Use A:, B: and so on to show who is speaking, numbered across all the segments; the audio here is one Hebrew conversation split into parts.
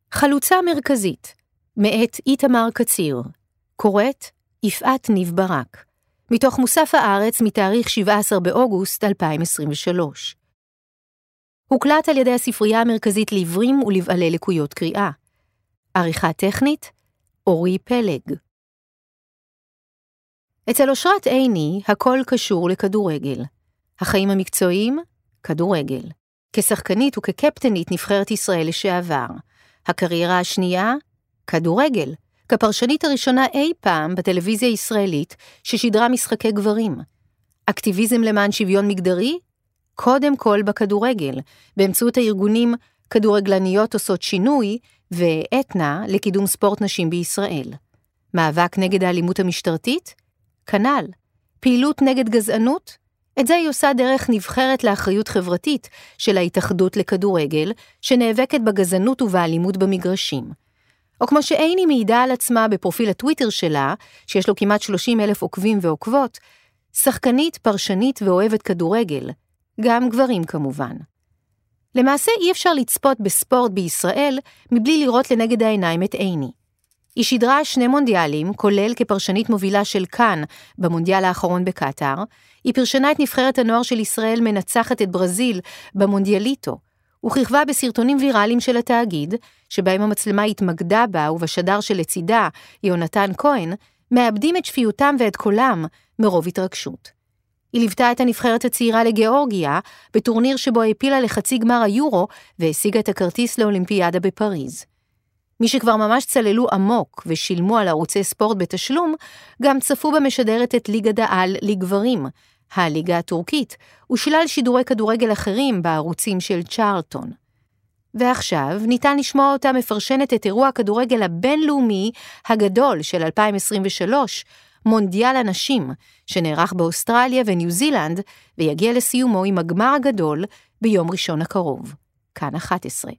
A: חלוצה מרכזית, מאת איתמר קציר, קוראת יפעת ניב ברק, מתוך מוסף הארץ מתאריך 17 באוגוסט 2023. הוקלט על ידי הספרייה המרכזית לעיוורים ולבעלי לקויות קריאה. עריכה טכנית, אורי פלג. אצל אושרת עיני הכל קשור לכדורגל. החיים המקצועיים, כדורגל. כשחקנית וכקפטנית נבחרת ישראל לשעבר. הקריירה השנייה, כדורגל. כפרשנית הראשונה אי פעם בטלוויזיה הישראלית ששידרה משחקי גברים. אקטיביזם למען שוויון מגדרי, קודם כל בכדורגל, באמצעות הארגונים כדורגלניות עושות שינוי ואתנה לקידום ספורט נשים בישראל. מאבק נגד האלימות המשטרתית, כנ"ל. פעילות נגד גזענות, את זה היא עושה דרך נבחרת לאחריות חברתית של ההתאחדות לכדורגל, שנאבקת בגזענות ובאלימות במגרשים. או כמו שעיני מעידה על עצמה בפרופיל הטוויטר שלה, שיש לו כמעט 30,000 עוקבים ועוקבות, שחקנית, פרשנית ואוהבת כדורגל, גם גברים כמובן. למעשה אי אפשר לצפות בספורט בישראל מבלי לראות לנגד העיניים את עיני. היא שידרה 2 מונדיאלים, כולל כפרשנית מובילה של כאן במונדיאל האחרון בקטר. היא פרשנה את נבחרת הנוער של ישראל מנצחת את ברזיל במונדיאליטו, וכיכבה בסרטונים ויראליים של התאגיד, שבהם המצלמה התמקדה בה ובשדר שלצידה, יונתן כהן, מאבדים את שפיותם ואת קולם מרוב התרגשות. היא ליוותה את הנבחרת הצעירה לגאורגיה, בטורניר שבו הפילה לחצי גמר היורו, והשיגה את הכרטיס לאולימפיאדה בפריז. מי שכבר ממש צללו עמוק ושילמו על ערוצי ספורט בתשלום, גם צפו במשדרת את ליגת העל לגברים, הליגה הטורקית, ושלל שידורי כדורגל אחרים בערוצים של צ'ארלטון. ועכשיו ניתן לשמוע אותה מפרשנת את אירוע הכדורגל הבינלאומי הגדול של 2023, מונדיאל הנשים, שנערך באוסטרליה וניו זילנד, ויגיע לסיומו עם הגמר הגדול ביום ראשון הקרוב. כאן 11.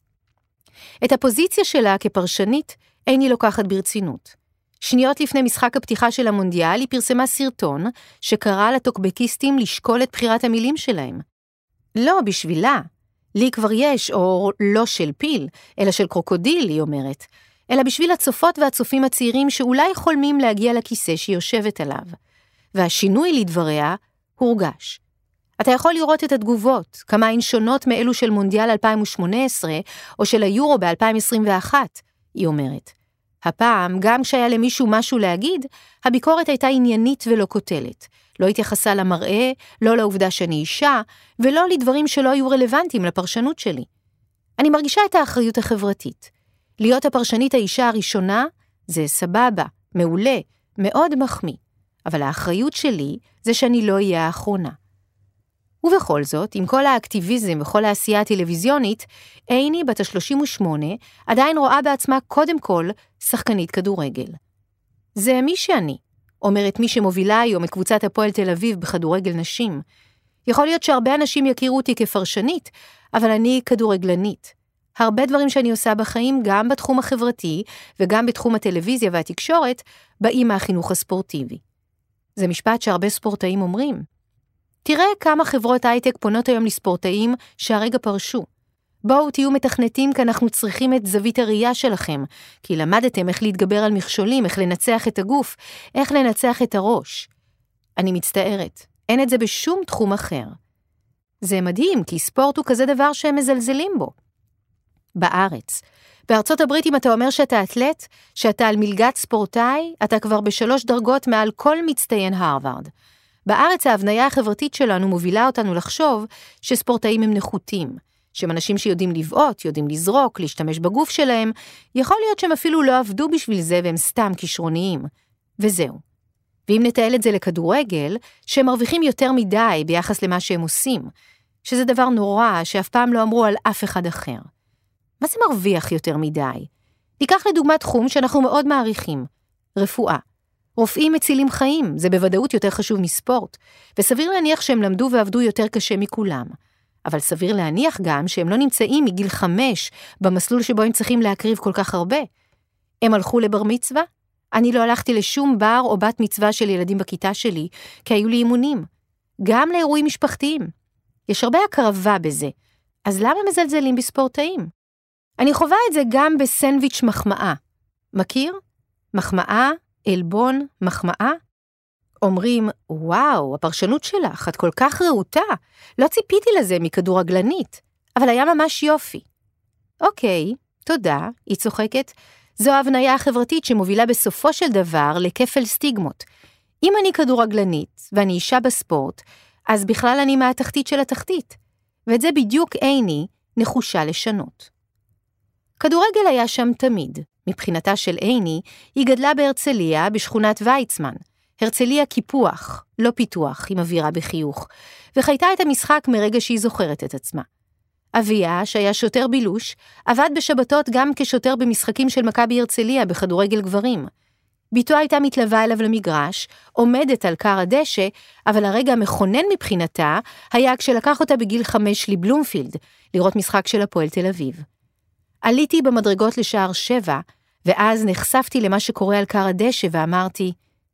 A: את הפוזיציה שלה כפרשנית איני לוקחת ברצינות. שניות לפני משחק הפתיחה של המונדיאל היא פרסמה סרטון שקרא לטוקבקיסטים לשקול את בחירת המילים שלהם. לא בשבילה, לי כבר יש אור לא של פיל, אלא של קרוקודיל, היא אומרת, אלא בשביל הצופות והצופים הצעירים שאולי חולמים להגיע לכיסא שהיא יושבת עליו. והשינוי לדבריה הורגש. אתה יכול לראות את התגובות, כמה הן שונות מאלו של מונדיאל 2018 או של היורו ב-2021, היא אומרת. הפעם, גם כשהיה למישהו משהו להגיד, הביקורת הייתה עניינית ולא כותלת. לא התייחסה למראה, לא לעובדה שאני אישה, ולא לדברים שלא היו רלוונטיים לפרשנות שלי. אני מרגישה את האחריות החברתית. להיות הפרשנית האישה הראשונה, זה סבבה, מעולה, מאוד מחמיא. אבל האחריות שלי זה שאני לא אהיה האחרונה. ובכל זאת, עם כל האקטיביזם וכל העשייה הטלוויזיונית, עיני בת ה-38 עדיין רואה בעצמה קודם כל שחקנית כדורגל. זה מי שאני, אומרת מי שמובילה היום את קבוצת הפועל תל אביב בכדורגל נשים. יכול להיות שהרבה אנשים יכירו אותי כפרשנית, אבל אני כדורגלנית. הרבה דברים שאני עושה בחיים, גם בתחום החברתי וגם בתחום הטלוויזיה והתקשורת, באים מהחינוך הספורטיבי. זה משפט שהרבה ספורטאים אומרים. תראה כמה חברות הייטק פונות היום לספורטאים שהרגע פרשו. בואו תהיו מתכנתים כי אנחנו צריכים את זווית הראייה שלכם, כי למדתם איך להתגבר על מכשולים, איך לנצח את הגוף, איך לנצח את הראש. אני מצטערת, אין את זה בשום תחום אחר. זה מדהים, כי ספורט הוא כזה דבר שהם מזלזלים בו. בארץ. בארצות הברית אם אתה אומר שאתה אתלט, שאתה על מלגת ספורטאי, אתה כבר ב3 דרגות מעל כל מצטיין הרווארד. בארץ ההבניה החברתית שלנו מובילה אותנו לחשוב שספורטאים הם נחותים, שהם אנשים שיודעים לבעוט, יודעים לזרוק, להשתמש בגוף שלהם, יכול להיות שהם אפילו לא עבדו בשביל זה והם סתם כישרוניים. וזהו. ואם נתעל את זה לכדורגל, שהם מרוויחים יותר מדי ביחס למה שהם עושים, שזה דבר נורא שאף פעם לא אמרו על אף אחד אחר. מה זה מרוויח יותר מדי? תיקח לדוגמה תחום שאנחנו מאוד מעריכים, רפואה. רופאים מצילים חיים, זה בוודאות יותר חשוב מספורט, וסביר להניח שהם למדו ועבדו יותר קשה מכולם. אבל סביר להניח גם שהם לא נמצאים מגיל 5 במסלול שבו הם צריכים להקריב כל כך הרבה. הם הלכו לבר מצווה? אני לא הלכתי לשום בר או בת מצווה של ילדים בכיתה שלי, כי היו לי אימונים. גם לאירועים משפחתיים. יש הרבה הקרבה בזה. אז למה מזלזלים בספורטאים? אני חווה את זה גם בסנדוויץ' מחמאה. מכיר? מחמאה, אלבון, מחמאה? אומרים, וואו, הפרשנות שלך, את כל כך רעותה. לא ציפיתי לזה מכדורגלנית, אבל היה ממש יופי. אוקיי, תודה, היא צוחקת. זו ההבניה החברתית שמובילה בסופו של דבר לכפל סטיגמות. אם אני כדורגלנית ואני אישה בספורט, אז בכלל אני מהתחתית של התחתית. ואת זה בדיוק עיני נחושה לשנות. כדורגל היה שם תמיד. מבחינתה של עיני, היא גדלה בהרצליה בשכונת ויצמן. הרצליה קיפוח, לא פיתוח, היא מבהירה בחיוך, וחייתה את המשחק מרגע שהיא זוכרת את עצמה. אביה, שהיה שוטר בילוש, עבד בשבתות גם כשוטר במשחקים של מכבי הרצליה בכדורגל גברים. ביתו הייתה מתלווה אליו למגרש, עומדת על קר הדשא, אבל הרגע המכונן מבחינתה היה כשלקח אותה בגיל 5 לבלומפילד, לראות משחק של הפועל תל אביב. עליתי במדרגות לשער 7, ואז נחשפתי למה שקורה על קר הדשא ואמרתי,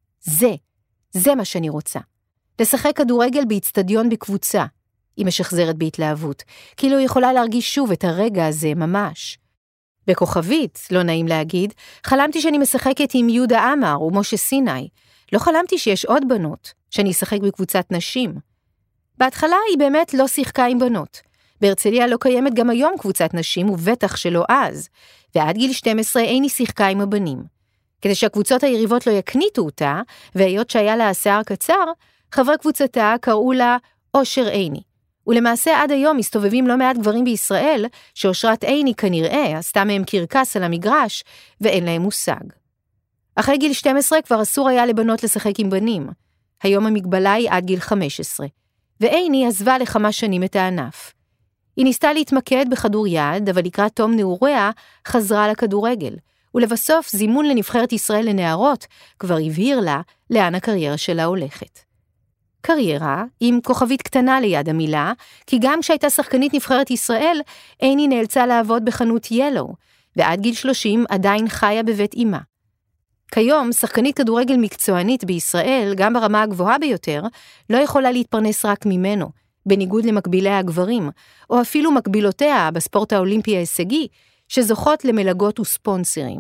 A: זה מה שאני רוצה. לשחק כדורגל באצטדיון בקבוצה. היא משחזרת בהתלהבות, כאילו היא יכולה להרגיש שוב את הרגע הזה ממש. בכוכבית, לא נעים להגיד, חלמתי שאני משחקת עם יהודה עמר ומשה סיני. לא חלמתי שיש עוד בנות, שאני אשחק בקבוצת נשים. בהתחלה היא באמת לא שיחקה עם בנות. בהרצליה לא קיימת גם היום קבוצת נשים, ובטח שלא אז. ועד גיל 12 עיני שיחקה עם הבנים. כדי שהקבוצות היריבות לא יקניתו אותה, והיות שהיה לה שיער קצר, חברי קבוצתה קראו לה אושר עיני. ולמעשה עד היום מסתובבים לא מעט גברים בישראל, שאושרת עיני כנראה עשתה מהם קרקס על המגרש, ואין להם מושג. אחרי גיל 12 כבר אסור היה לבנות לשחק עם בנים. היום המגבלה היא עד גיל 15. ועיני עזבה לכמה שנים את הענף. היא ניסתה להתמקד בכדור יד, אבל לקראת תום נעוריה חזרה לכדורגל, ולבסוף זימון לנבחרת ישראל לנערות כבר הבהיר לה לאן הקריירה שלה הולכת. קריירה עם כוכבית קטנה ליד המילה, כי גם כשהייתה שחקנית נבחרת ישראל, עיני נאלצה לעבוד בחנות ילו, ועד גיל 30 עדיין חיה בבית אימה. כיום, שחקנית כדורגל מקצוענית בישראל, גם ברמה הגבוהה ביותר, לא יכולה להתפרנס רק ממנו, בניגוד למקביליה הגברים, או אפילו מקבילותיה בספורט האולימפי ההישגי, שזוכות למלגות וספונסרים.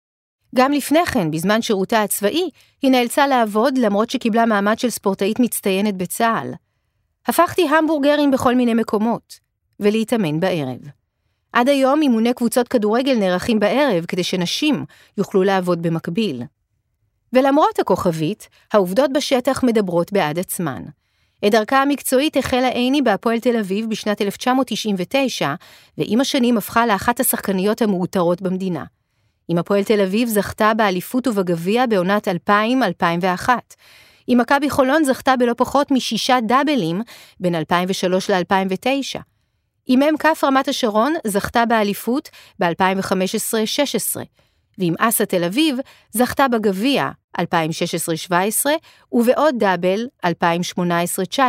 A: גם לפני כן, בזמן שירותה הצבאי, היא נאלצה לעבוד למרות שקיבלה מעמד של ספורטאית מצטיינת בצה"ל. הפכתי המבורגרים בכל מיני מקומות, ולהתאמן בערב. עד היום אימוני קבוצות כדורגל נערכים בערב כדי שנשים יוכלו לעבוד במקביל. ולמרות הכוכבית, העובדות בשטח מדברות בעד עצמן. את דרכה המקצועית החלה עיני בהפועל תל אביב בשנת 1999, ועם השנים הפכה לאחת השחקניות המאותרות במדינה. עם הפועל תל אביב זכתה באליפות ובגביע בעונת 2000-2001. עם מכבי חולון זכתה בלא פחות מ6 דאבלים בין 2003 ל-2009. עם כף רמת השרון זכתה באליפות ב-2015-16. ועם אסה תל אביב זכתה בגביע 2016-17 ובעוד דאבל 2018-19.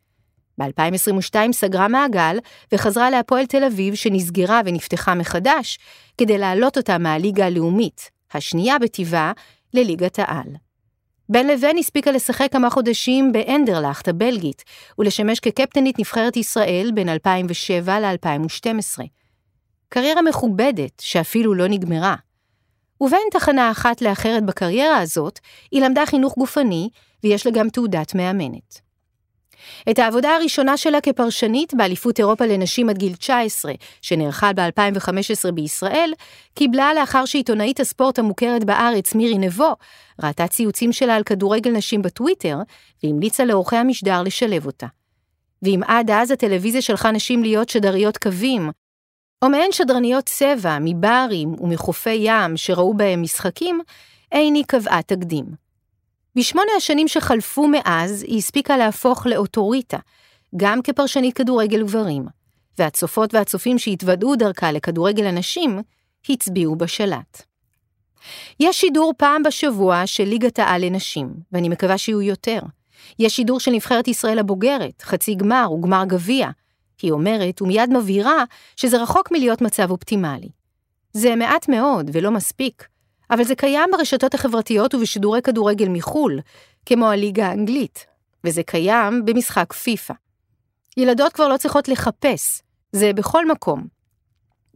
A: ב-2022 סגרה מעגל וחזרה להפועל תל אביב שנסגרה ונפתחה מחדש כדי להעלות אותה מהליגה הלאומית, השנייה בטבעה, לליגת העל. בין לבין הספיקה לשחק כמה חודשים באנדרלכט הבלגית ולשמש כקפטנית נבחרת ישראל בין 2007 ל-2012. קריירה מכובדת שאפילו לא נגמרה. ובין תחנה אחת לאחרת בקריירה הזאת, היא למדה חינוך גופני ויש לה גם תעודת מאמנת. את העבודה הראשונה שלה כפרשנית באליפות אירופה לנשים עד גיל 19, שנערכה ב-2015 בישראל, קיבלה לאחר שעיתונאית הספורט המוכרת בארץ מירי נבו, ראתה ציוצים שלה על כדורגל נשים בטוויטר, והמליצה לאורחי המשדר לשלב אותה. ואם עד אז הטלוויזיה שלחה נשים להיות שדריות קווים, או מהן שדרניות צבע, מברים ומחופי ים שראו בהם משחקים, עיני קבעה תקדים. ב8 השנים שחלפו מאז, היא הספיקה להפוך לאוטוריטה, גם כפרשנית כדורגל גברים, והצופות והצופים שהתוודעו דרכה לכדורגל הנשים, הצביעו בשלט. יש שידור פעם בשבוע של ליגת העל לנשים, ואני מקווה שיהיו יותר. יש שידור של נבחרת ישראל הבוגרת, חצי גמר וגמר גביע. היא אומרת ומיד מבהירה שזה רחוק מלהיות מצב אופטימלי. זה מעט מאוד ולא מספיק, אבל זה קיים ברשתות החברתיות ובשידורי כדורגל מחול, כמו הליגה האנגלית, וזה קיים במשחק פיפה. ילדות כבר לא צריכות לחפש, זה בכל מקום.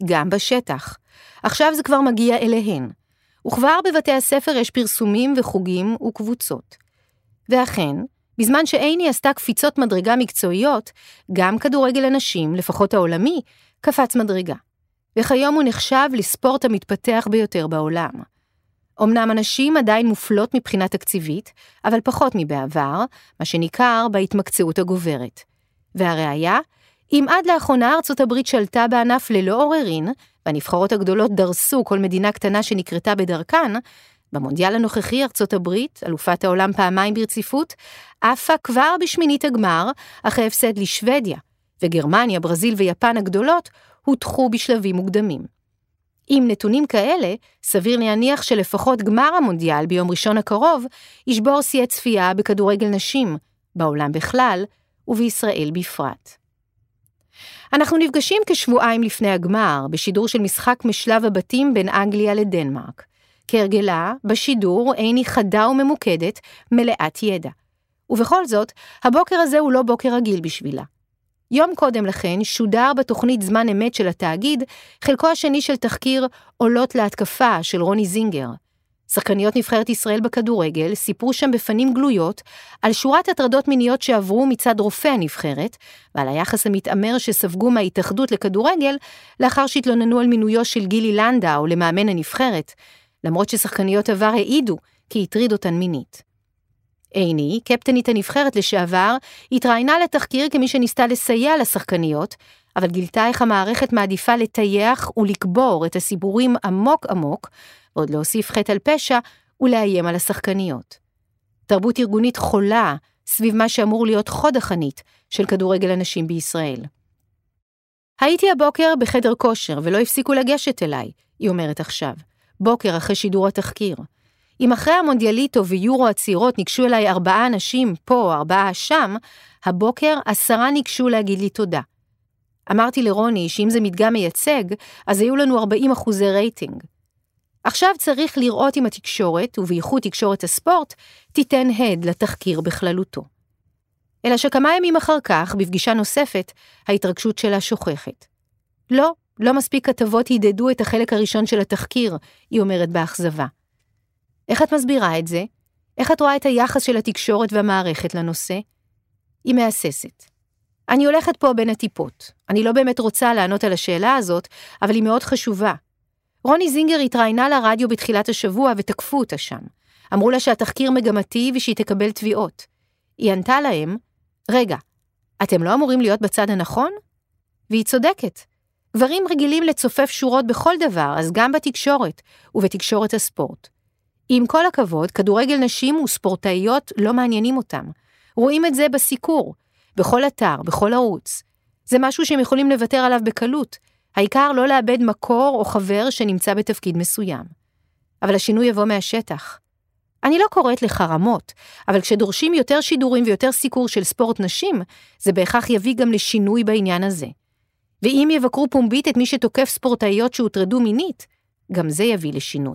A: גם בשטח. עכשיו זה כבר מגיע אליהן. וכבר בבתי הספר יש פרסומים וחוגים וקבוצות. ואכן, בזמן שעיני עשתה קפיצות מדרגה מקצועיות, גם כדורגל הנשים, לפחות העולמי, קפץ מדרגה. וכיום הוא נחשב לספורט המתפתח ביותר בעולם. אמנם הנשים עדיין מופלות מבחינה תקציבית, אבל פחות מבעבר, מה שניכר בהתמקצעות הגוברת. והראיה, אם עד לאחרונה ארצות הברית שלטה בענף ללא עוררין, והנבחרות הגדולות דרסו כל מדינה קטנה שנקרתה בדרכן, במונדיאל הנוכחי ארצות הברית, אלופת העולם פעמיים ברציפות, עפה כבר בשמינית הגמר, אחרי הפסד לשוודיה, וגרמניה, ברזיל ויפן הגדולות הודחו בשלבים מוקדמים. עם נתונים כאלה, סביר להניח שלפחות גמר המונדיאל ביום ראשון הקרוב, ישבור שיאי צפייה בכדורגל נשים, בעולם בכלל ובישראל בפרט. אנחנו נפגשים כשבועיים לפני הגמר, בשידור של משחק משלב הבתים בין אנגליה לדנמרק. כהרגלה, בשידור עיני חדה וממוקדת, מלאת ידע. ובכל זאת, הבוקר הזה הוא לא בוקר רגיל בשבילה. יום קודם לכן שודר בתוכנית זמן אמת של התאגיד, חלקו השני של תחקיר עולות להתקפה של רוני זינגר. שחקניות נבחרת ישראל בכדורגל סיפרו שם בפנים גלויות על שורת הטרדות מיניות שעברו מצד רופא הנבחרת, ועל היחס המתאמר שספגו מההתאחדות לכדורגל, לאחר שהתלוננו על מינויו של גילי לנדאו למאמן הנבחרת, למרות ששחקניות עבר העידו כי הטריד אותן מינית. עיני, קפטנית הנבחרת לשעבר, התראיינה לתחקיר כמי שניסתה לסייע לשחקניות, אבל גילתה איך המערכת מעדיפה לטייח ולקבור את הסיפורים עמוק עמוק, ועוד להוסיף חטא על פשע ולאיים על השחקניות. תרבות ארגונית חולה סביב מה שאמור להיות חוד החנית של כדורגל הנשים בישראל. הייתי הבוקר בחדר כושר ולא הפסיקו לגשת אליי, היא אומרת עכשיו, בוקר אחרי שידור התחקיר. אם אחרי המונדיאליטו ויורו הצעירות ניגשו אליי 4 אנשים פה, 4 שם, הבוקר 10 ניגשו להגיד לי תודה. אמרתי לרוני שאם זה מדגם מייצג, אז היו לנו 40% רייטינג. עכשיו צריך לראות אם התקשורת, ובייחוד תקשורת הספורט, תיתן הד לתחקיר בכללותו. אלא שכמה ימים אחר כך, בפגישה נוספת, ההתרגשות שלה שוכחת. לא מספיק כתבות הידדו את החלק הראשון של התחקיר, היא אומרת באכזבה. איך את מסבירה את זה? איך את רואה את היחס של התקשורת והמערכת לנושא? היא מאססת. אני הולכת פה בין הטיפות. אני לא באמת רוצה לענות על השאלה הזאת, אבל היא מאוד חשובה. רוני זינגר התראיינה לרדיו בתחילת השבוע ותקפו אותה שם. אמרו לה שהתחקיר מגמתי ושהיא תקבל תביעות. היא ענתה להם, רגע, אתם לא אמורים להיות בצד הנכון? והיא צודקת. גברים רגילים לצופף שורות בכל דבר, אז גם בתקשורת ובתקשורת הספורט. עם כל הכבוד, כדורגל נשים וספורטאיות לא מעניינים אותם. רואים את זה בסיקור, בכל אתר, בכל ערוץ. זה משהו שהם יכולים לוותר עליו בקלות. העיקר לא לאבד מקור או חבר שנמצא בתפקיד מסוים. אבל השינוי יבוא מהשטח. אני לא קוראת לחרמות, אבל כשדורשים יותר שידורים ויותר סיקור של ספורט נשים, זה בהכרח יביא גם לשינוי בעניין הזה. ואם יבקרו פומבית את מי שתוקף ספורטאיות שהוטרדו מינית, גם זה יביא לשינוי.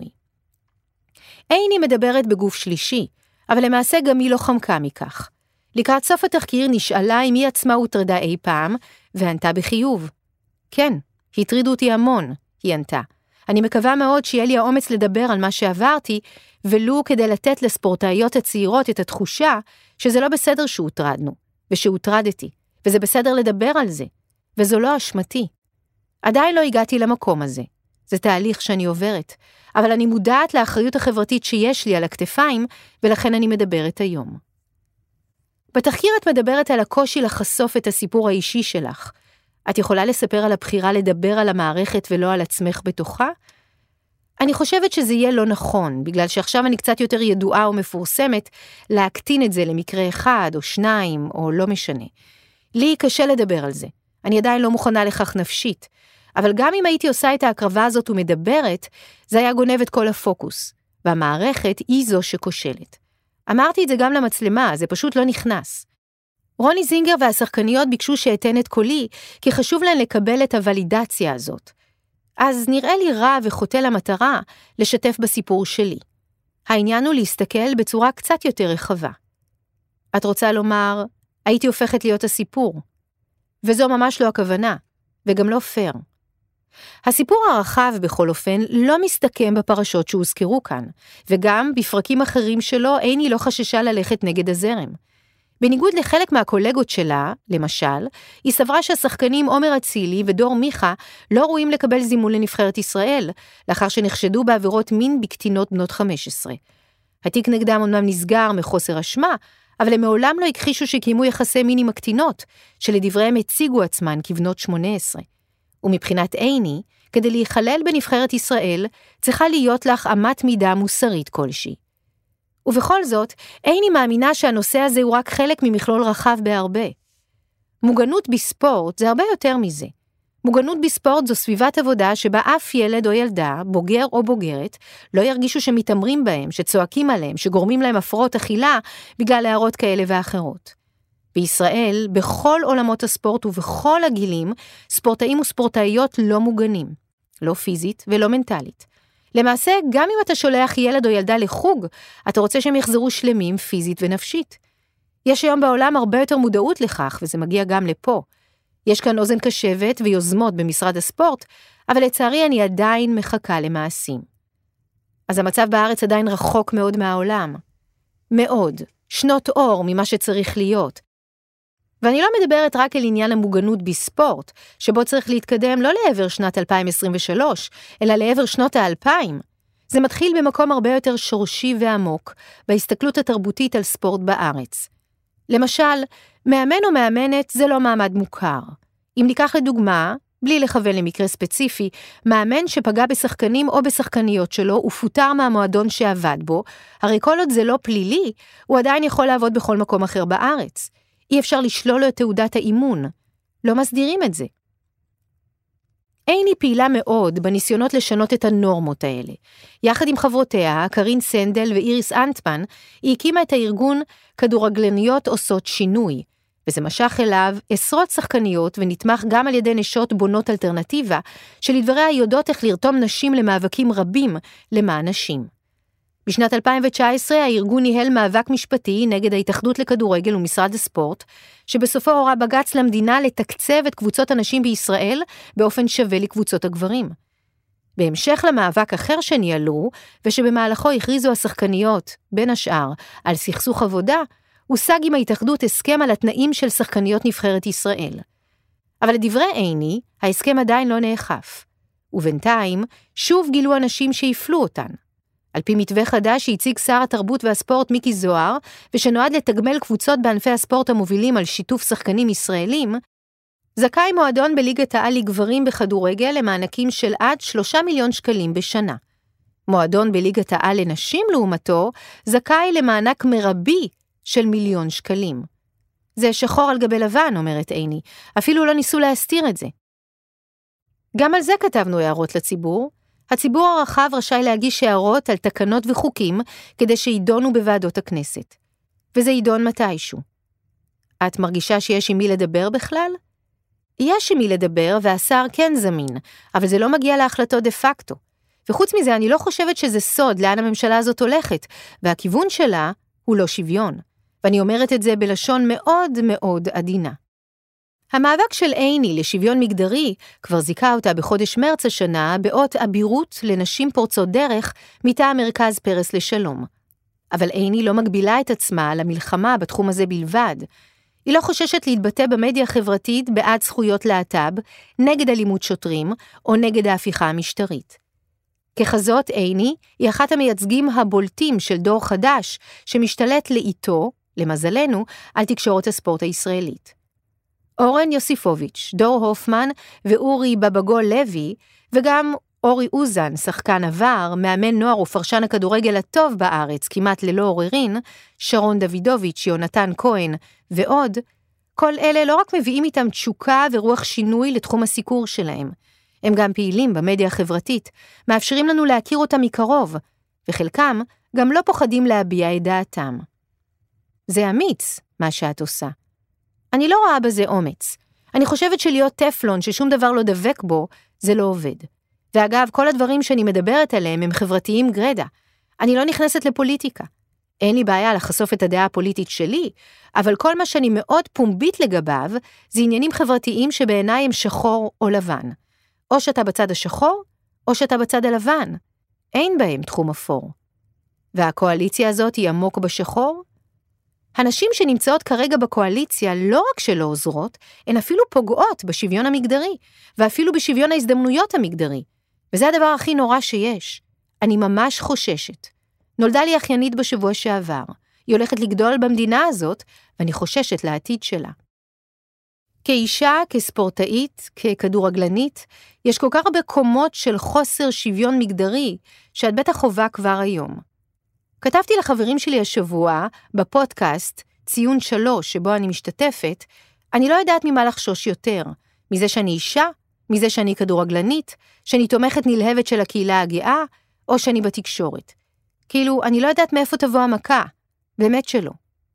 A: עיני מדברת בגוף שלישי, אבל למעשה גם היא לא חמקה מכך. לקראת סוף התחקיר נשאלה אם היא עצמה הוטרדה אי פעם, וענתה בחיוב. כן, הטרידו אותי המון, היא ענתה. אני מקווה מאוד שיהיה לי האומץ לדבר על מה שעברתי, ולו כדי לתת לספורטאיות הצעירות את התחושה שזה לא בסדר שהוטרדנו, ושהוטרדתי, וזה בסדר לדבר על זה, וזו לא אשמתי. עדיין לא הגעתי למקום הזה. זה תהליך שאני עוברת, אבל אני מודעת לאחריות החברתית שיש לי על הכתפיים, ולכן אני מדברת היום. בתחקיר את מדברת על הקושי לחשוף את הסיפור האישי שלך. את יכולה לספר על הבחירה לדבר על המערכת ולא על עצמך בתוכה? אני חושבת שזה יהיה לא נכון, בגלל שעכשיו אני קצת יותר ידועה ומפורסמת, להקטין את זה למקרה 1 או 2 או לא משנה. לי קשה לדבר על זה. אני עדיין לא מוכנה לכך נפשית. אבל גם אם הייתי עושה את ההקרבה הזאת ומדברת, זה היה גונב את כל הפוקוס, והמערכת היא זו שכושלת. אמרתי את זה גם למצלמה, זה פשוט לא נכנס. רוני זינגר והשחקניות ביקשו שאתן את קולי, כי חשוב להן לקבל את הוולידציה הזאת. אז נראה לי רע וחוטא למטרה לשתף בסיפור שלי. העניין הוא להסתכל בצורה קצת יותר רחבה. את רוצה לומר, הייתי הופכת להיות הסיפור. וזו ממש לא הכוונה, וגם לא פייר. הסיפור הרחב בכל אופן לא מסתכם בפרשות שהוזכרו כאן, וגם בפרקים אחרים שלו עיני לא חששה ללכת נגד הזרם. בניגוד לחלק מהקולגות שלה, למשל, היא סברה שהשחקנים עומר אצילי ודור מיכה לא ראויים לקבל זימון לנבחרת ישראל, לאחר שנחשדו בעבירות מין בקטינות בנות 15. התיק נגדם אומנם נסגר מחוסר אשמה, אבל הם מעולם לא הכחישו שקיימו יחסי מין עם הקטינות, שלדבריהם הציגו עצמן כבנות 18. ומבחינת עיני, כדי להיכלל בנבחרת ישראל, צריכה להיות לך אמת מידה מוסרית כלשהי. ובכל זאת, עיני מאמינה שהנושא הזה הוא רק חלק ממכלול רחב בהרבה. מוגנות בספורט זה הרבה יותר מזה. מוגנות בספורט זו סביבת עבודה שבה אף ילד או ילדה, בוגר או בוגרת, לא ירגישו שמתאמרים בהם, שצועקים עליהם, שגורמים להם הפרעות אכילה בגלל הערות כאלה ואחרות. בישראל, בכל עולמות הספורט ובכל הגילים, ספורטאים וספורטאיות לא מוגנים. לא פיזית ולא מנטלית. למעשה, גם אם אתה שולח ילד או ילדה לחוג, אתה רוצה שהם יחזרו שלמים פיזית ונפשית. יש היום בעולם הרבה יותר מודעות לכך, וזה מגיע גם לפה. יש כאן אוזן קשבת ויוזמות במשרד הספורט, אבל לצערי אני עדיין מחכה למעשים. אז המצב בארץ עדיין רחוק מאוד מהעולם. מאוד. שנות אור ממה שצריך להיות. ואני לא מדברת רק על עניין המוגנות בספורט, שבו צריך להתקדם לא לעבר שנת 2023, אלא לעבר שנות ה-2000. זה מתחיל במקום הרבה יותר שורשי ועמוק, בהסתכלות התרבותית על ספורט בארץ. למשל, מאמן או מאמנת זה לא מעמד מוכר. אם ניקח לדוגמה, בלי לכוון למקרה ספציפי, מאמן שפגע בשחקנים או בשחקניות שלו ופוטר מהמועדון שעבד בו, הרי כל עוד זה לא פלילי, הוא עדיין יכול לעבוד בכל מקום אחר בארץ. אי אפשר לשלול לו את תעודת האימון. לא מסדירים את זה. עיני פעילה מאוד בניסיונות לשנות את הנורמות האלה. יחד עם חברותיה, קרין סנדל ואיריס אנטמן, היא הקימה את הארגון כדורגלניות עושות שינוי, וזה משך אליו עשרות שחקניות ונתמך גם על ידי נשות בונות אלטרנטיבה, שלדבריה יודעות איך לרתום נשים למאבקים רבים למען נשים. בשנת 2019 הארגון ניהל מאבק משפטי נגד ההתאחדות לכדורגל ומשרד הספורט, שבסופו הורה בג"ץ למדינה לתקצב את קבוצות הנשים בישראל באופן שווה לקבוצות הגברים. בהמשך למאבק אחר שניהלו, ושבמהלכו הכריזו השחקניות, בין השאר, על סכסוך עבודה, הושג עם ההתאחדות הסכם על התנאים של שחקניות נבחרת ישראל. אבל לדברי עיני, ההסכם עדיין לא נאכף. ובינתיים, שוב גילו אנשים שהפלו אותן. על פי מתווה חדש שהציג שר התרבות והספורט מיקי זוהר, ושנועד לתגמל קבוצות בענפי הספורט המובילים על שיתוף שחקנים ישראלים, זכאי מועדון בליגת העל לגברים בכדורגל למענקים של עד 3 מיליון שקלים בשנה. מועדון בליגת העל לנשים לעומתו, זכאי למענק מרבי של 1 מיליון שקלים. זה שחור על גבי לבן, אומרת עיני, אפילו לא ניסו להסתיר את זה. גם על זה כתבנו הערות לציבור. הציבור הרחב רשאי להגיש הערות על תקנות וחוקים כדי שידונו בוועדות הכנסת. וזה יידון מתישהו. את מרגישה שיש עם מי לדבר בכלל? יש עם מי לדבר והשר כן זמין, אבל זה לא מגיע להחלטות דה פקטו. וחוץ מזה אני לא חושבת שזה סוד לאן הממשלה הזאת הולכת, והכיוון שלה הוא לא שוויון. ואני אומרת את זה בלשון מאוד מאוד עדינה. המאבק של עיני לשוויון מגדרי כבר זיכה אותה בחודש מרץ השנה באות אבירות לנשים פורצות דרך מטעם מרכז פרס לשלום. אבל עיני לא מגבילה את עצמה למלחמה בתחום הזה בלבד. היא לא חוששת להתבטא במדיה החברתית בעד זכויות להט"ב, נגד אלימות שוטרים או נגד ההפיכה המשטרית. ככזאת עיני היא אחת המייצגים הבולטים של דור חדש שמשתלט לאיתו, למזלנו, על תקשורת הספורט הישראלית. אורן יוסיפוביץ', דור הופמן ואורי בבגול לוי, וגם אורי אוזן, שחקן עבר, מאמן נוער ופרשן הכדורגל הטוב בארץ, כמעט ללא עוררין, שרון דוידוביץ', יונתן כהן ועוד, כל אלה לא רק מביאים איתם תשוקה ורוח שינוי לתחום הסיקור שלהם, הם גם פעילים במדיה החברתית, מאפשרים לנו להכיר אותם מקרוב, וחלקם גם לא פוחדים להביע את דעתם. זה אמיץ, מה שאת עושה. אני לא רואה בזה אומץ. אני חושבת שלהיות טפלון ששום דבר לא דבק בו, זה לא עובד. ואגב, כל הדברים שאני מדברת עליהם הם חברתיים גרדה. אני לא נכנסת לפוליטיקה. אין לי בעיה לחשוף את הדעה הפוליטית שלי, אבל כל מה שאני מאוד פומבית לגביו, זה עניינים חברתיים שבעיניי הם שחור או לבן. או שאתה בצד השחור, או שאתה בצד הלבן. אין בהם תחום אפור. והקואליציה הזאת היא עמוק בשחור? הנשים שנמצאות כרגע בקואליציה לא רק שלא עוזרות, הן אפילו פוגעות בשוויון המגדרי, ואפילו בשוויון ההזדמנויות המגדרי. וזה הדבר הכי נורא שיש. אני ממש חוששת. נולדה לי אחיינית בשבוע שעבר. היא הולכת לגדול במדינה הזאת, ואני חוששת לעתיד שלה. כאישה, כספורטאית, ככדורגלנית, יש כל כך הרבה קומות של חוסר שוויון מגדרי, שאת בטח חובה כבר היום. כתבתי לחברים שלי השבוע, בפודקאסט, ציון 3, שבו אני משתתפת, אני לא יודעת ממה לחשוש יותר, מזה שאני אישה, מזה שאני כדורגלנית, שאני תומכת נלהבת של הקהילה הגאה, או שאני בתקשורת. כאילו, אני לא יודעת מאיפה תבוא המכה, באמת שלא.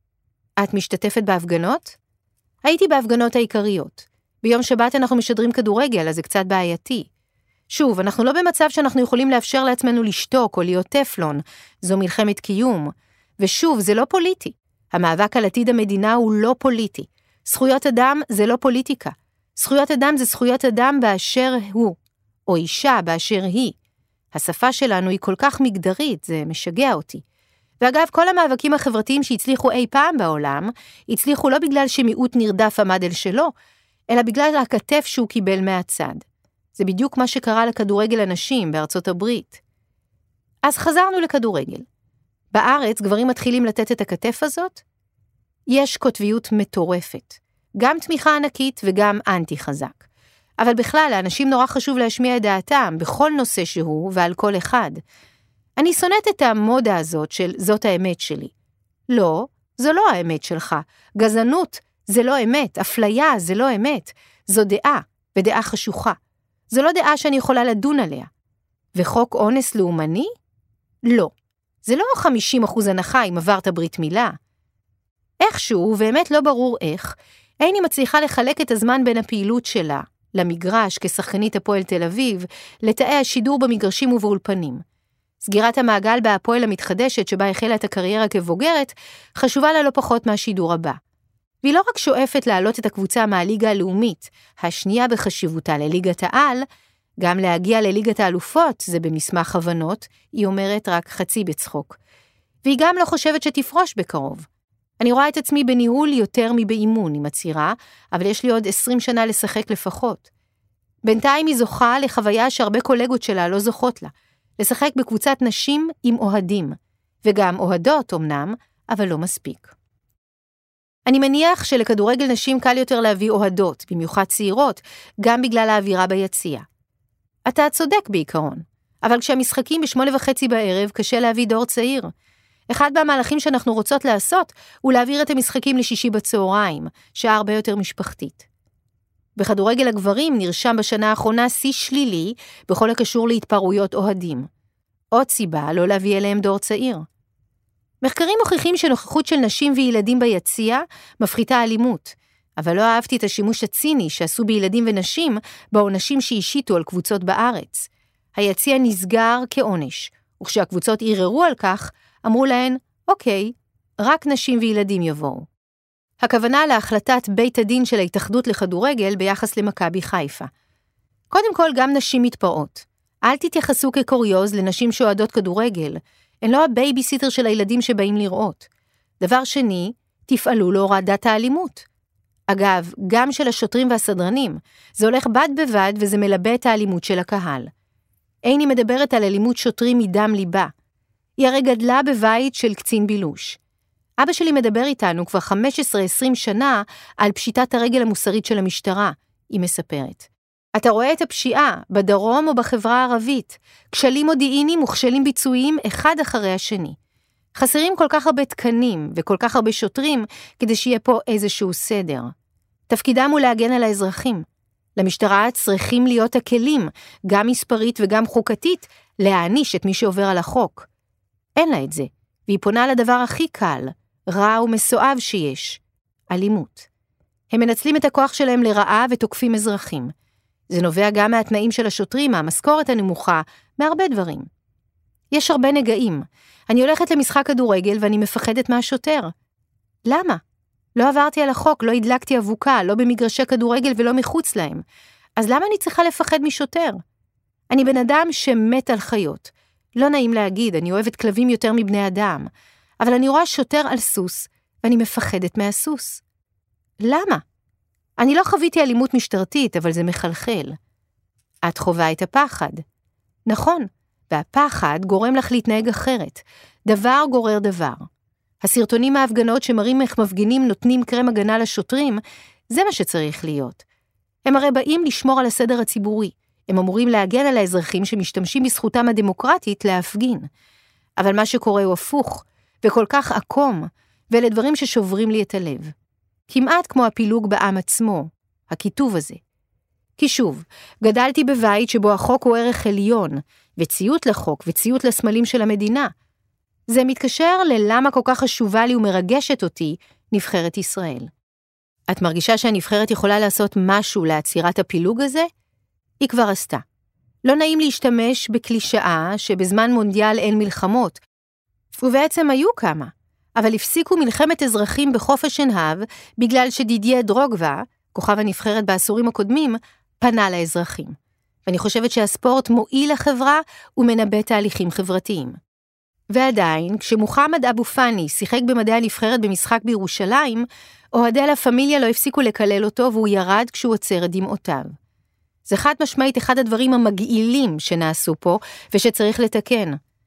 A: את משתתפת בהפגנות? הייתי בהפגנות העיקריות. ביום שבת אנחנו משדרים כדורגל, אז זה קצת בעייתי. שוב, אנחנו לא במצב שאנחנו יכולים לאפשר לעצמנו לשתוק או להיות טפלון. זו מלחמת קיום. ושוב, זה לא פוליטי. המאבק על עתיד המדינה הוא לא פוליטי. זכויות אדם זה לא פוליטיקה. זכויות אדם זה זכויות אדם באשר הוא, או אישה באשר היא. השפה שלנו היא כל כך מגדרית, זה משגע אותי. ואגב, כל המאבקים החברתיים שהצליחו אי פעם בעולם, הצליחו לא בגלל שמיעוט נרדף עמד אל שלו, אלא בגלל הכתף שהוא קיבל מהצד. זה בדיוק מה שקרה לכדורגל הנשים בארצות הברית. אז חזרנו לכדורגל. בארץ גברים מתחילים לתת את הכתף הזאת? יש קוטביות מטורפת. גם תמיכה ענקית וגם אנטי חזק. אבל בכלל, לאנשים נורא חשוב להשמיע את דעתם בכל נושא שהוא ועל כל אחד. אני שונאת את המודה הזאת של זאת האמת שלי. לא, זו לא האמת שלך. גזענות זה לא אמת, אפליה זה לא אמת. זו דעה, ודעה חשוכה. זו לא דעה שאני יכולה לדון עליה. וחוק אונס לאומני? לא. זה לא 50% הנחה אם עברת ברית מילה. איכשהו, באמת לא ברור איך, איני מצליחה לחלק את הזמן בין הפעילות שלה, למגרש כשחקנית הפועל תל אביב, לתאי השידור במגרשים ובאולפנים. סגירת המעגל בהפועל המתחדשת שבה החלה את הקריירה כבוגרת, חשובה לה לא פחות מהשידור הבא. והיא לא רק שואפת להעלות את הקבוצה מהליגה הלאומית, השנייה בחשיבותה לליגת העל, גם להגיע לליגת האלופות, זה במסמך הבנות, היא אומרת רק חצי בצחוק. והיא גם לא חושבת שתפרוש בקרוב. אני רואה את עצמי בניהול יותר מבאימון, היא מצהירה, אבל יש לי עוד 20 שנה לשחק לפחות. בינתיים היא זוכה לחוויה שהרבה קולגות שלה לא זוכות לה, לשחק בקבוצת נשים עם אוהדים, וגם אוהדות אמנם, אבל לא מספיק. אני מניח שלכדורגל נשים קל יותר להביא אוהדות, במיוחד צעירות, גם בגלל האווירה ביציע. אתה צודק בעיקרון, אבל כשהמשחקים ב8:30 בערב קשה להביא דור צעיר. אחד מהמהלכים שאנחנו רוצות לעשות הוא להעביר את המשחקים לשישי בצהריים, שעה הרבה יותר משפחתית. בכדורגל הגברים נרשם בשנה האחרונה שיא שלילי בכל הקשור להתפרעויות אוהדים. עוד סיבה לא להביא אליהם דור צעיר. מחקרים מוכיחים שנוכחות של נשים וילדים ביציע מפחיתה אלימות, אבל לא אהבתי את השימוש הציני שעשו בילדים ונשים בעונשים שהשיתו על קבוצות בארץ. היציע נסגר כעונש, וכשהקבוצות ערערו על כך, אמרו להן, אוקיי, רק נשים וילדים יבואו. הכוונה להחלטת בית הדין של ההתאחדות לכדורגל ביחס למכבי חיפה. קודם כל, גם נשים מתפרעות. אל תתייחסו כקוריוז לנשים שאוהדות כדורגל, הן לא הבייביסיטר של הילדים שבאים לראות. דבר שני, תפעלו להורדת האלימות. אגב, גם של השוטרים והסדרנים, זה הולך בד בבד וזה מלבה את האלימות של הקהל. איני מדברת על אלימות שוטרים מדם ליבה. היא הרי גדלה בבית של קצין בילוש. אבא שלי מדבר איתנו כבר 15-20 שנה על פשיטת הרגל המוסרית של המשטרה, היא מספרת. אתה רואה את הפשיעה בדרום או בחברה הערבית, כשלים מודיעיניים וכשלים ביצועיים אחד אחרי השני. חסרים כל כך הרבה תקנים וכל כך הרבה שוטרים כדי שיהיה פה איזשהו סדר. תפקידם הוא להגן על האזרחים. למשטרה צריכים להיות הכלים, גם מספרית וגם חוקתית, להעניש את מי שעובר על החוק. אין לה את זה, והיא פונה לדבר הכי קל, רע ומסואב שיש, אלימות. הם מנצלים את הכוח שלהם לרעה ותוקפים אזרחים. זה נובע גם מהתנאים של השוטרים, מהמשכורת הנמוכה, מהרבה דברים. יש הרבה נגעים. אני הולכת למשחק כדורגל ואני מפחדת מהשוטר. למה? לא עברתי על החוק, לא הדלקתי אבוקה, לא במגרשי כדורגל ולא מחוץ להם. אז למה אני צריכה לפחד משוטר? אני בן אדם שמת על חיות. לא נעים להגיד, אני אוהבת כלבים יותר מבני אדם, אבל אני רואה שוטר על סוס, ואני מפחדת מהסוס. למה? אני לא חוויתי אלימות משטרתית, אבל זה מחלחל. את חווה את הפחד. נכון, והפחד גורם לך להתנהג אחרת. דבר גורר דבר. הסרטונים מההפגנות שמראים איך מפגינים נותנים קרם הגנה לשוטרים, זה מה שצריך להיות. הם הרי באים לשמור על הסדר הציבורי. הם אמורים להגן על האזרחים שמשתמשים בזכותם הדמוקרטית להפגין. אבל מה שקורה הוא הפוך, וכל כך עקום, ואלה דברים ששוברים לי את הלב. כמעט כמו הפילוג בעם עצמו, הכיתוב הזה. כי שוב, גדלתי בבית שבו החוק הוא ערך עליון, וציות לחוק וציות לסמלים של המדינה. זה מתקשר ללמה כל כך חשובה לי ומרגשת אותי נבחרת ישראל. את מרגישה שהנבחרת יכולה לעשות משהו לעצירת הפילוג הזה? היא כבר עשתה. לא נעים להשתמש בקלישאה שבזמן מונדיאל אין מלחמות, ובעצם היו כמה, אבל הפסיקו מלחמת אזרחים בחוף השנהב בגלל שדידיה דרוגבה, כוכב הנבחרת בעשורים הקודמים, פנה לאזרחים. ואני חושבת שהספורט מועיל לחברה ומנבא תהליכים חברתיים. ועדיין, כשמוחמד אבו פאני שיחק במדעי הנבחרת במשחק בירושלים, אוהדי לה פמיליה לא הפסיקו לקלל אותו והוא ירד כשהוא עוצר את דמעותיו. זה חד משמעית אחד הדברים המגעילים שנעשו פה ושצריך לתקן.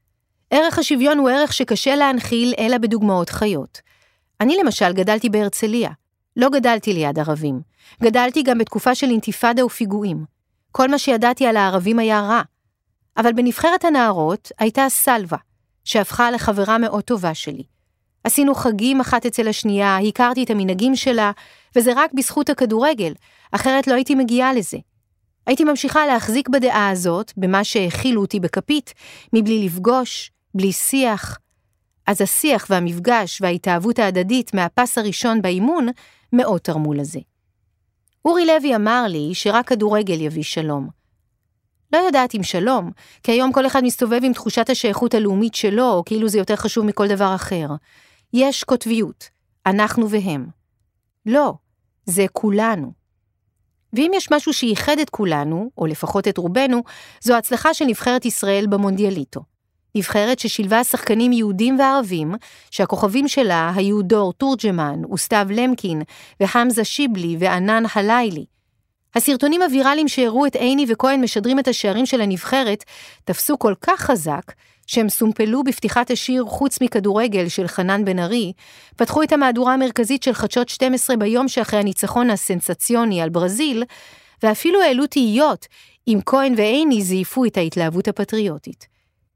A: ערך השוויון הוא ערך שקשה להנחיל אלא בדוגמאות חיות. אני למשל גדלתי בהרצליה. לא גדלתי ליד ערבים. גדלתי גם בתקופה של אינתיפאדה ופיגועים. כל מה שידעתי על הערבים היה רע. אבל בנבחרת הנערות הייתה סלווה, שהפכה לחברה מאוד טובה שלי. עשינו חגים אחת אצל השנייה, הכרתי את המנהגים שלה, וזה רק בזכות הכדורגל, אחרת לא הייתי מגיעה לזה. הייתי ממשיכה להחזיק בדעה הזאת, במה שהכילו אותי בכפית, מבלי לפגוש, בלי שיח. אז השיח והמפגש וההתאהבות ההדדית מהפס הראשון באימון מאוד תרמו לזה. אורי לוי אמר לי שרק כדורגל יביא שלום. לא יודעת אם שלום, כי היום כל אחד מסתובב עם תחושת השייכות הלאומית שלו, או כאילו זה יותר חשוב מכל דבר אחר. יש קוטביות, אנחנו והם. לא, זה כולנו. ואם יש משהו שייחד את כולנו, או לפחות את רובנו, זו הצלחה של נבחרת ישראל במונדיאליטו. נבחרת ששילבה שחקנים יהודים וערבים, שהכוכבים שלה היו דור תורג'מן, וסתיו למקין, וחמזה שיבלי וענן הלילי. הסרטונים הוויראליים שהראו את עיני וכהן משדרים את השערים של הנבחרת, תפסו כל כך חזק, שהם סומפלו בפתיחת השיר חוץ מכדורגל של חנן בן ארי, פתחו את המהדורה המרכזית של חדשות 12 ביום שאחרי הניצחון הסנסציוני על ברזיל, ואפילו העלו תהיות אם כהן ועיני זייפו את ההתלהבות הפטריוטית.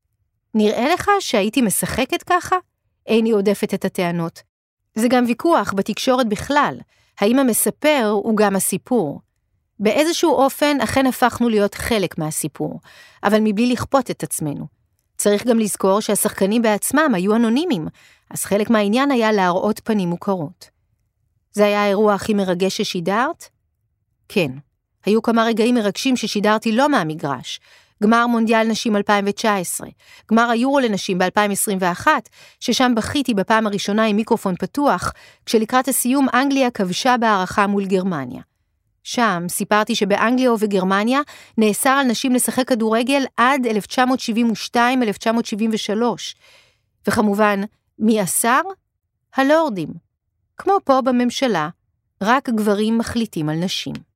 A: נראה לך שהייתי משחקת ככה? עיני עודפת את הטענות. זה גם ויכוח בתקשורת בכלל, האם המספר הוא גם הסיפור. באיזשהו אופן אכן הפכנו להיות חלק מהסיפור, אבל מבלי לכפות את עצמנו. צריך גם לזכור שהשחקנים בעצמם היו אנונימיים, אז חלק מהעניין היה להראות פנים מוכרות. זה היה האירוע הכי מרגש ששידרת? כן. היו כמה רגעים מרגשים ששידרתי לא מהמגרש. גמר מונדיאל נשים 2019, גמר היורו לנשים ב-2021, ששם בכיתי בפעם הראשונה עם מיקרופון פתוח, כשלקראת הסיום אנגליה כבשה בהערכה מול גרמניה. שם סיפרתי שבאנגליה ובגרמניה נאסר על נשים לשחק כדורגל עד 1972-1973. וכמובן, מי אסר? הלורדים. כמו פה בממשלה, רק גברים מחליטים על נשים.